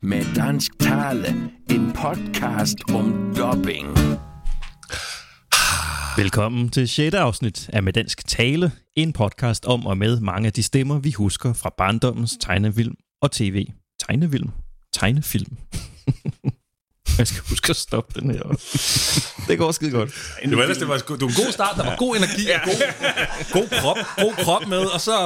Med dansk tale, en podcast om dubbing. Velkommen til 6. afsnit af Med dansk tale, en podcast om og med mange af de stemmer, vi husker fra barndommens tegnefilm og tv. Tegnefilm. Jeg skal huske at stoppe den her. Det går skide godt. Det var ellers, det var en god start, der var god energi og god krop med, og så...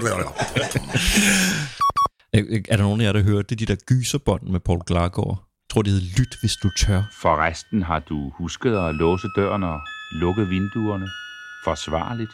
Er der nogen af jer, der hører det, de der gyserbånd med Paul Glargaard? Jeg tror, det hedder Lyt, hvis du tør. Forresten har du husket at låse døren og lukke vinduerne forsvarligt.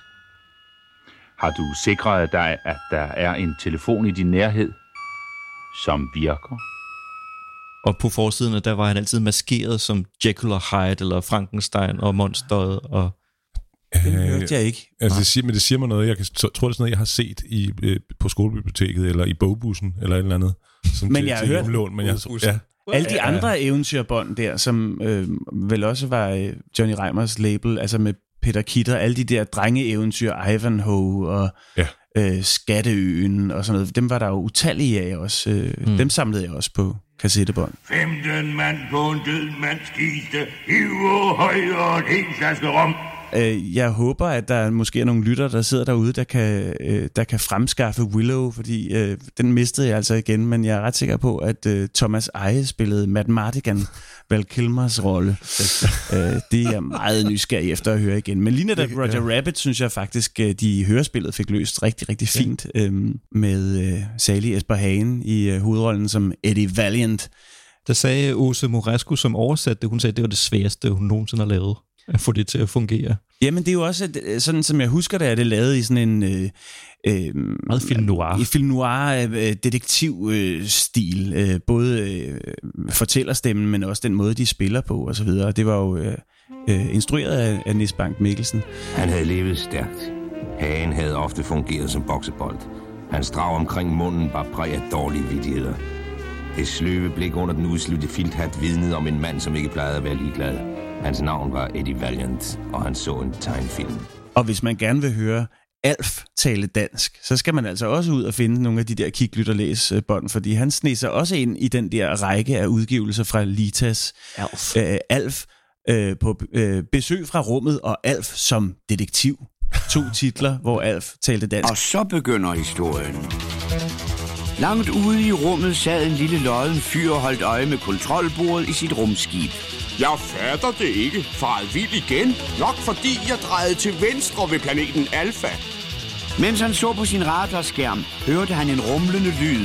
Har du sikret dig, at der er en telefon i din nærhed, som virker? Og på forsiden, der var han altid maskeret som Jekyll og Hyde, eller Frankenstein og Monsteret. Og den hørte jeg ikke. Altså, det siger mig noget. Jeg tror, det er sådan noget, jeg har set på skolebiblioteket, eller i bogbussen, eller et eller andet. Men jeg har hørt alle de andre eventyrbånd der, som vel også var Johnny Reimers label, altså med Peter Kidder, alle de der drengeeventyr, Ivanhoe og Skatteøen og sådan noget, dem var der jo utallige af også. Dem samlede jeg også på kassettebånd. 15 mand på en død mands kiste, hiver højere en hel flaske rom. Jeg håber, at der måske er nogle lytter, der sidder derude, der kan fremskaffe Willow, fordi den mistede jeg altså igen, men jeg er ret sikker på, at Thomas Eje spillede Matt Mardigan, Val Kilmers rolle. Det er jeg meget nysgerrig efter at høre igen. Men lige netop Roger Rabbit, synes jeg faktisk, de hørespillet fik løst rigtig, rigtig fint med Sally Esper Hagen i hovedrollen som Eddie Valiant. Der sagde Åse Moresco, som oversatte det, hun sagde, det var det sværeste, hun nogensinde har lavet. At få det til at fungere. Jamen, det er jo også, sådan som jeg husker det, er det lavet i sådan en... meget film noir. I film noir detektivstil. Både fortællerstemmen, men også den måde, de spiller på, og så videre. Det var jo instrueret af Nis Bank Mikkelsen. Han havde levet stærkt. Hagen havde ofte fungeret som boksebold. Hans drag omkring munden var præg af dårlige vittigheder. Det sløve blik under den udsludte filthat vidnede om en mand, som ikke plejede at være ligeglad. Hans navn var Eddie Valiant, og han så en tegnefilm. Og hvis man gerne vil høre Alf tale dansk, så skal man altså også ud og finde nogle af de der kig, lyt og læs bånd, fordi han sneg sig også ind i den der række af udgivelser fra Litas. Alf på besøg fra rummet, og Alf som detektiv. 2 titler, hvor Alf talte dansk. Og så begynder historien. Langt ude i rummet sad en lille lodden fyr og holdt øje med kontrolbordet i sit rumskib. Jeg fatter det ikke. Faret vild igen. Nok fordi jeg drejede til venstre ved planeten Alpha. Mens han så på sin radarskærm, hørte han en rumlende lyd.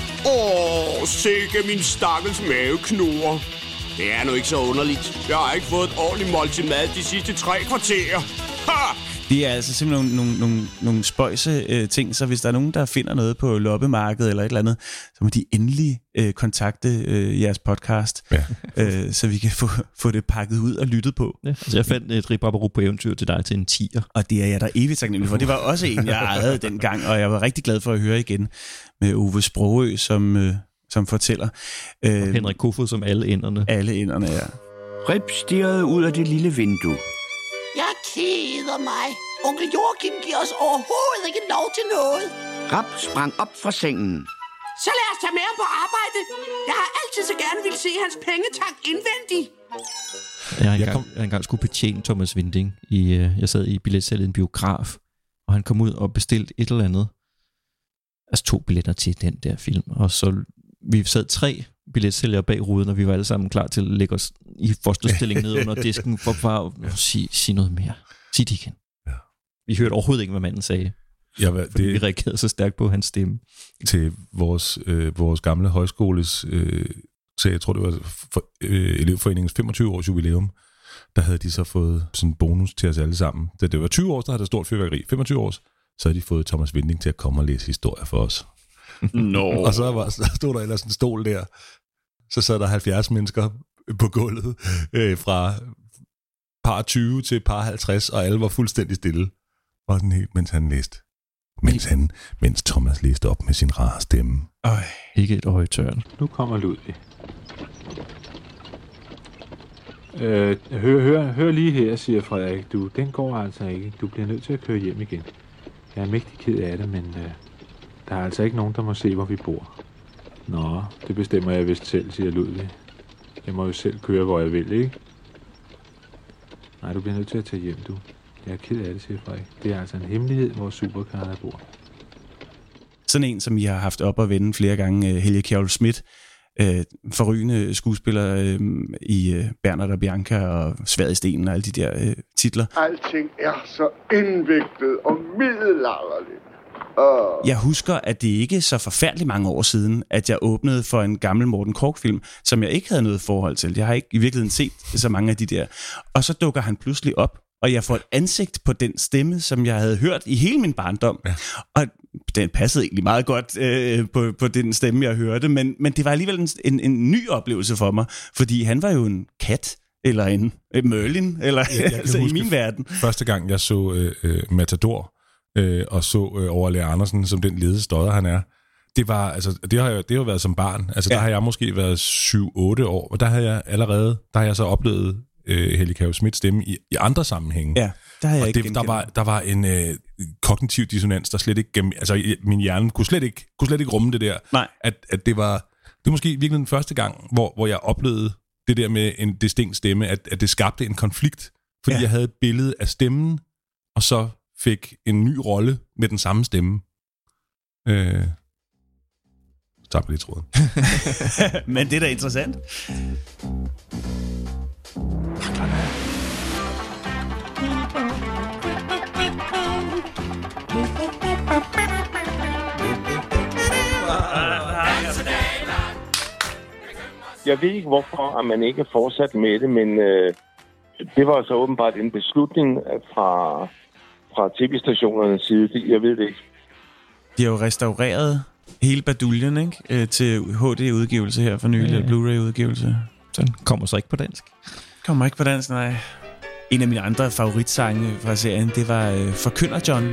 Sikke min stakkels maveknurrer. Det er nu ikke så underligt. Jeg har ikke fået et ordentligt måltid mad de sidste 3 kvarterer. Ha! Det er altså simpelthen nogle spøjse ting, så hvis der er nogen, der finder noget på loppemarkedet eller et eller andet, så må de endelig kontakte jeres podcast, så vi kan få det pakket ud og lyttet på. Ja, altså jeg fandt et Rip Rabarub på eventyr til dig til en 10'er. Og det er jeg da evigt taknemmelig for. Det var også en, jeg ejede dengang, og jeg var rigtig glad for at høre igen med Ove Sprogø som fortæller. Og Henrik Kofod som alle enderne. Alle enderne, ja. Rip stirrede ud af det lille vindue. Jeg keder mig. Onkel Joachim giver os overhovedet ikke lov til noget. Rap sprang op fra sengen. Så lad os tage med ham på arbejde. Jeg har altid så gerne ville se hans pengetank indvendig. Jeg har engang skulle betjene Thomas Winding. Jeg sad i billetsalget i en biograf, og han kom ud og bestilte et eller andet. Altså 2 billetter til den der film. Og så vi sad 3 billetsælgere bag ruden, og vi var alle sammen klar til at lægge os i fosterstilling ned under disken for bare at sige noget mere. Sig det igen. Ja. Vi hørte overhovedet ikke, hvad manden sagde. Vi reagerede så stærkt på hans stemme. Til vores gamle højskoles, så jeg tror, det var elevforeningens 25-års jubilæum, der havde de så fået sådan en bonus til os alle sammen. Da det var 20 år, der havde der stort fyrværkeri. 25 år, så havde de fået Thomas Winding til at komme og læse historier for os. Og så stod der ellers en stol der. Så sad der 70 mennesker på gulvet fra par 20 til par 50, og alle var fuldstændig stille. Og den helt, mens han læste. Mens Thomas læste op med sin rare stemme. Ikke et øje tørn. Nu kommer Ludvig. Hør lige her, siger Frederik. Den går altså ikke. Du bliver nødt til at køre hjem igen. Jeg er mægtig ked af det, men der er altså ikke nogen, der må se, hvor vi bor. Nå, det bestemmer jeg vist selv, siger Ludvig. Jeg må jo selv køre, hvor jeg vil, ikke? Nej, du bliver nødt til at tage hjem, du. Jeg er ked af det, siger Frederik. Det er altså en hemmelighed, hvor Supercar bor. Sådan en, som I har haft op at vende flere gange, Helge Kjærulff Schmidt, forrygende skuespiller i Bernard og Bianca og Sværd i stenen og alle de der titler. Alting er så indviklet og middelalderligt. Jeg husker, at det ikke er så forfærdeligt mange år siden, at jeg åbnede for en gammel Morten Korch-film, som jeg ikke havde noget forhold til. Jeg har ikke i virkeligheden set så mange af de der. Og så dukker han pludselig op, og jeg får et ansigt på den stemme, som jeg havde hørt i hele min barndom. Ja. Og den passede egentlig meget godt på den stemme, jeg hørte, men det var alligevel en ny oplevelse for mig, fordi han var jo en kat, eller en Merlin, eller altså i min verden. Første gang, jeg så Matador, og så Overlærer Andersen som den ledede stodder, han er, det har jo været som barn. Altså, der har jeg måske været 7-8 år, og der har jeg så oplevet Helge Kjærulff Schmidts stemme i andre sammenhænge. Ja, der har jeg ikke der var en kognitiv dissonans, der slet ikke min hjerne kunne slet ikke rumme det der. Nej. At det var måske virkelig den første gang, hvor jeg oplevede det der med en distinkt stemme, at det skabte en konflikt, fordi jeg havde et billede af stemmen, og så fik en ny rolle med den samme stemme. Tabte lidt tråden. Men det er da interessant. Jeg ved ikke, hvorfor at man ikke er fortsat med det, men det var så åbenbart en beslutning fra tv-stationernes side. Jeg ved det ikke. De har jo restaureret hele baduljen, ikke? Til HD-udgivelse her for nylig, eller Blu-ray-udgivelse. Den kommer så ikke på dansk. Kommer ikke på dansk, nej. En af mine andre favoritsange fra serien, det var Forkynder John.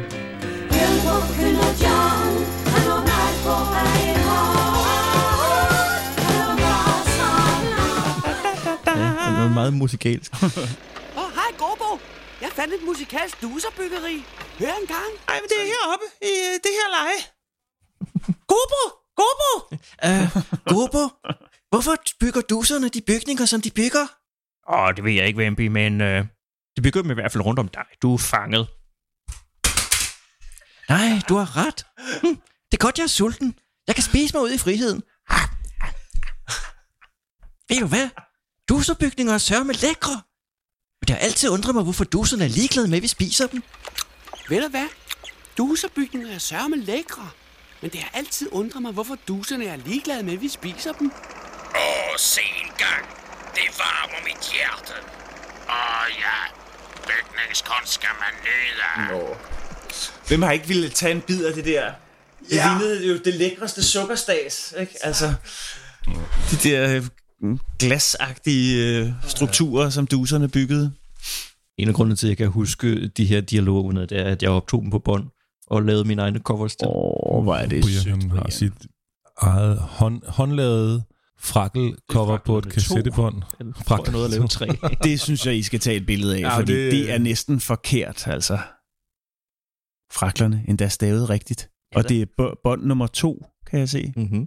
Det var meget musikalsk. Hej Gorbo. Jeg fandt et musikalsk duserbyggeri. Hør en gang. Ej, men det er heroppe i det her leje. Gorbo! Gorbo, hvorfor bygger duserne de bygninger, som de bygger? Det ved jeg ikke, Vampi, men de bygger dem i hvert fald rundt om dig. Du er fanget. Nej, du har ret. Det er godt, jeg er sulten. Jeg kan spise mig ud i friheden. Ved du hvad? Duserbygninger er sørme lækre. Men det har altid undret mig, hvorfor duserne er ligeglade med, at vi spiser dem. Ved du hvad? Duserbygninger er sørme lækre. Men det har altid undret mig, hvorfor duserne er ligeglade med, at vi spiser dem. Se en gang. Det varmer mit hjerte. Ja, bygningskunst skal man nyde. Hvem har ikke ville tage en bid af det der? Det lignede jo det lækreste sukkerstas, ikke? Altså, de der glasagtige strukturer, som duserne byggede. En af grundene til, at jeg kan huske de her dialoger, det er, at jeg optog dem på bånd og lavede mine egne covers til. Hvor er det Brian har sit eget håndlavet frakkelcover på et kassettebånd. Frakkel noget at lave 3. Det synes jeg, I skal tage et billede af, fordi det er næsten forkert, altså. Fraklerne, endda stavet rigtigt. Og det er bånd nummer 2, kan jeg se. Mm-hmm.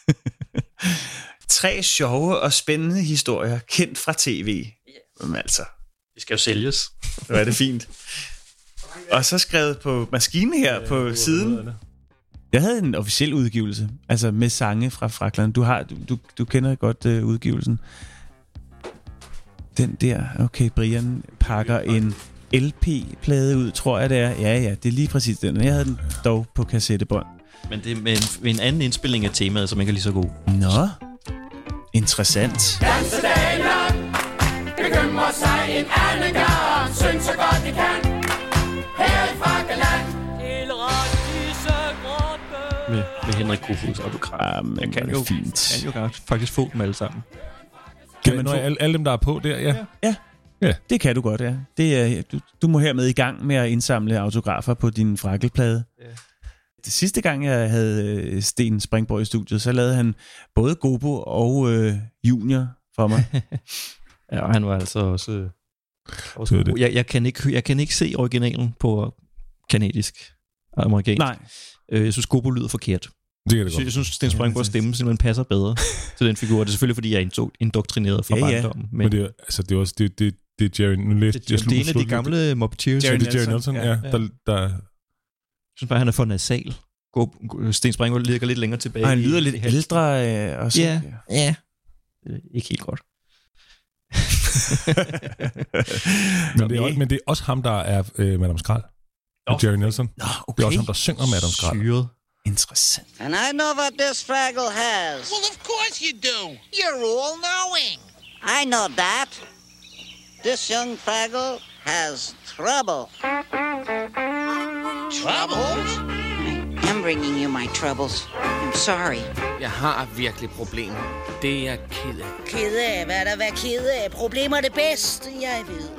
3 sjove og spændende historier, kendt fra tv. Men altså, det skal jo sælges. Nu er det fint. Og så skrevet på maskinen her på siden. Jeg havde en officiel udgivelse, altså med sange fra Fraklerne. Du kender godt udgivelsen. Den der, okay, Brian pakker en LP-plade ud, tror jeg det er. Ja, det er lige præcis den. Jeg havde den dog på kassettebånd. Men det er med en anden indspilling af temaet, som ikke er lige så god. Nå, interessant. Dansedaler bekymrer sig en anden gang, syng så godt de kan. Her i Frakkeland. Med Henrik Kofod autograf. Jeg kan jo fint. Kan jo faktisk få dem alle sammen. Kan man alle dem, der er på der, Ja, det kan du godt, ja. Det er, du må hermed i gang med at indsamle autografer på din frakkelplade. Ja. Det sidste gang, jeg havde Sten Springborg i studiet, så lavede han både Gobo og Junior for mig. Ja, og han var altså også god. Jeg kan ikke se originalen på kanadisk og amerikansk. Nej. Jeg synes, Gobo lyder forkert. Jeg synes, Sten Springborgs stemme simpelthen passer bedre til den figur. Det er selvfølgelig, fordi jeg er indoktrineret fra barndommen. Men det er, altså, det er også... Det er Jerry... Nu læste det er en af de gamle Muppeteers. Jerry Nelson, ja. Der... Jeg synes bare, han er for nasal. Sten Springborg ligger lidt længere tilbage. Og han lyder lidt ældre også. Ja. Ikke helt godt. men det er også ham, der er Madame Skrald. Jerry Nelson. Okay. Det er også ham, der synger Madame Skrald. Syret. Interessant. And I know what this Fraggle has. Well, of course you do. You're all-knowing. I know that. This young Fraggle has trouble. Troubles? I'm bringing you my troubles. I'm sorry. Jeg har virkelig problemer. Det er jeg ked af. Ked af? Hvad er der at være ked af? Problemer er det bedste, jeg ved.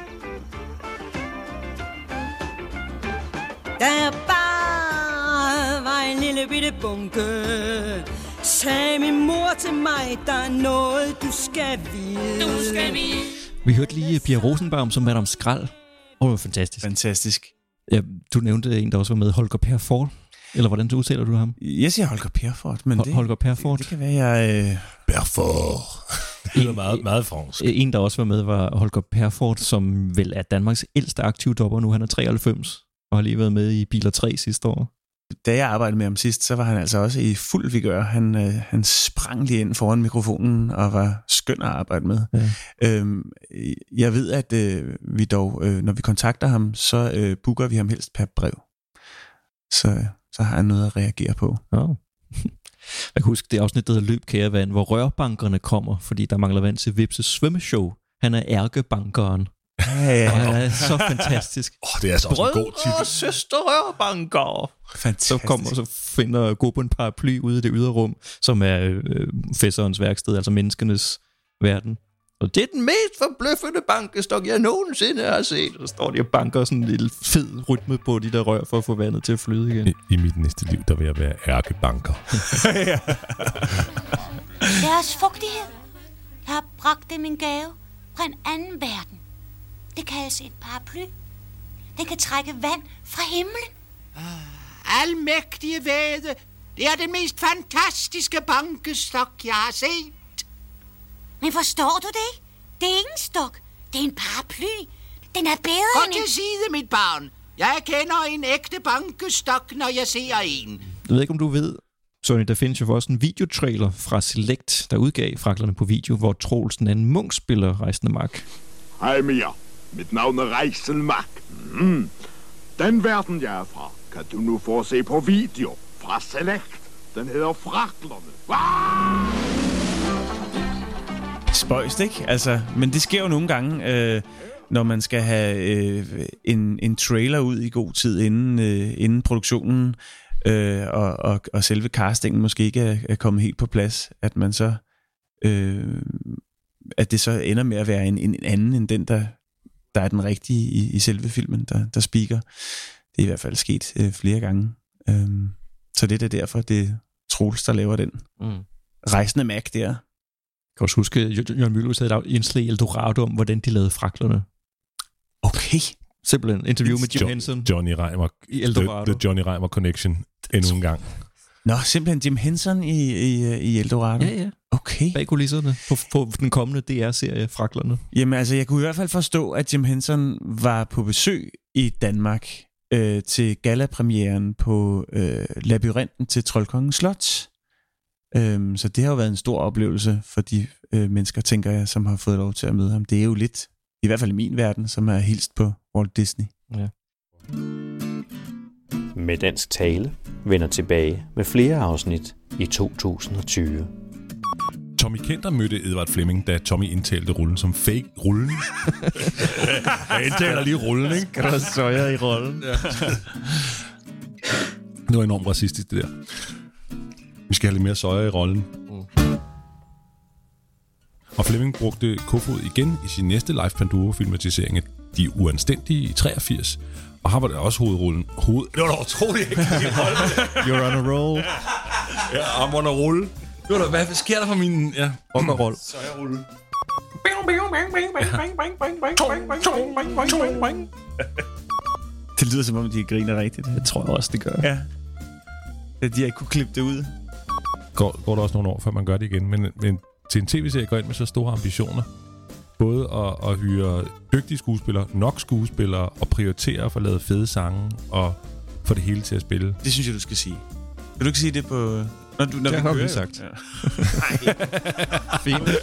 Der bare var en lille bitte bunke, sagde min mor til mig, der er noget, du skal vide. Du skal vide. Vi hørte lige Pia Rosenbaum som Madame Skrald. Det var fantastisk. Fantastisk. Ja, du nævnte en, der også var med, Holger Perfort. Eller hvordan udtaler du ham? Jeg siger Holger Perfort, men Holger Perfort. Det kan være, jeg... Perfort. Det er meget, meget fransk. En, der også var med, var Holger Perfort, som vel er Danmarks ældste aktive dommer nu. Han er 93 og har lige været med i Biler 3 sidste år. Da jeg arbejdede med ham sidst, så var han altså også i fuld vigør. Han sprang lige ind foran mikrofonen og var skøn at arbejde med. Ja. Jeg ved, at vi dog, når vi kontakter ham, så booker vi ham helst per brev. Så har han noget at reagere på. Oh. Jeg kan huske det afsnit, der hedder Løb kære vand, hvor rørbankerne kommer, fordi der mangler vand til Vipses svømmeshow. Han er ærkebankeren. Ja. Og det er så fantastisk. Det er altså også en god titel. Brødre og søster rørbanker. Fantastisk. Så kommer og så finder Gobo en paraply ude i det ydre rum, som er fæsserens værksted, altså menneskenes verden. Og det er den mest forbløffende bankestok, jeg nogensinde har set. Og så står de og banker sådan en lille fed rytme på de der rør, for at få vandet til at flyde igen. I mit næste liv, der vil jeg være ærkebanker. Deres fugtighed. Jeg har bragt dem en gave fra en anden verden. Det kaldes et paraply. Den kan trække vand fra himlen. Almægtige væde. Det er den mest fantastiske bankestok, jeg har set. Men forstår du det ikke? Det er ikke en stok. Det er en paraply. Den er bedre Gå end til side, mit barn. Jeg kender en ægte bankestok, når jeg ser en. Jeg ved ikke, om du ved, Sonny, der findes jo også en videotrailer fra Select, der udgav Fraklerne på video, hvor Troels den anden Munk spiller Rejsende Mark. Hej Mia. Mit navn er Rejsende Mark. Den verden, jeg er fra, kan du nu få se på video fra Select. Den hedder Fraklerne. Spøjst, ikke? Altså, men det sker jo nogle gange, når man skal have en trailer ud i god tid inden produktionen, og selve castingen måske ikke er kommet helt på plads, at man så at det så ender med at være en anden end den, der er den rigtige i selve filmen, der speaker. Det er i hvert fald sket flere gange. Så det er derfor, det er Troels, der laver den. Rejsende Mac der. Jeg kan også huske, at Jørgen Mylius havde et indslag i Eldorado om, hvordan de lavede Fraklerne. Okay. Simpelthen interview med Jim Henson. Johnny Reimer. I Eldorado. The Johnny Reimer Connection endnu en gang. Nå, simpelthen Jim Henson i Eldorado? Ja. Okay. Bag kulisserne på den kommende DR-serie Fraklerne. Jamen altså, jeg kunne i hvert fald forstå, at Jim Henson var på besøg i Danmark til gala-premieren på Labyrinten til Troldkongens Slot. Så det har jo været en stor oplevelse for de mennesker, tænker jeg, som har fået lov til at møde ham. Det er jo lidt, i hvert fald i min verden, som er hilst på Walt Disney. Ja. Med dansk tale vender tilbage med flere afsnit i 2020. Tommy Kenter mødte Edvard Fleming, da Tommy indtalte rullen som fake rullen. Jeg indtaler lige rullen, ikke? Kan du søge i rollen? Ja. Det var enormt racistisk, det der. Vi skal have lidt mere soja i rollen. Og Fleming brugte Kofod igen i sin næste Leif Panduro-filmatisering af De Uanstændige i 83. Og her var det også hovedrollen. Det var da utroligt, ikke? You're on a roll. Ja, I'm on a roll. Det var da, hvad sker der for min... Ja, roll. Soja-rulle. Det lyder som om, de griner rigtigt. Det tror jeg også, det gør. Ja. at de ikke kunne klippe det ud. Går der også nogle år, før man gør det igen. Men til en tv-serie går ind med så store ambitioner. Både at hyre dygtige skuespillere, nok skuespillere, og prioritere at få lavet fede sange, og få det hele til at spille. Det synes jeg, du skal sige. Vil du ikke sige det på... Når det har vi sagt. Ja. Fint.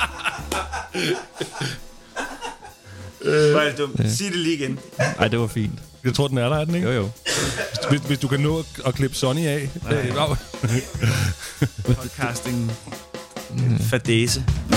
Hvor er det dumt. Sig det lige igen. Nej, det var fint. Jeg tror, den er der, er den, ikke? Jo. Hvis du kan nå at klippe Sonny af. Podcasting. Fadese.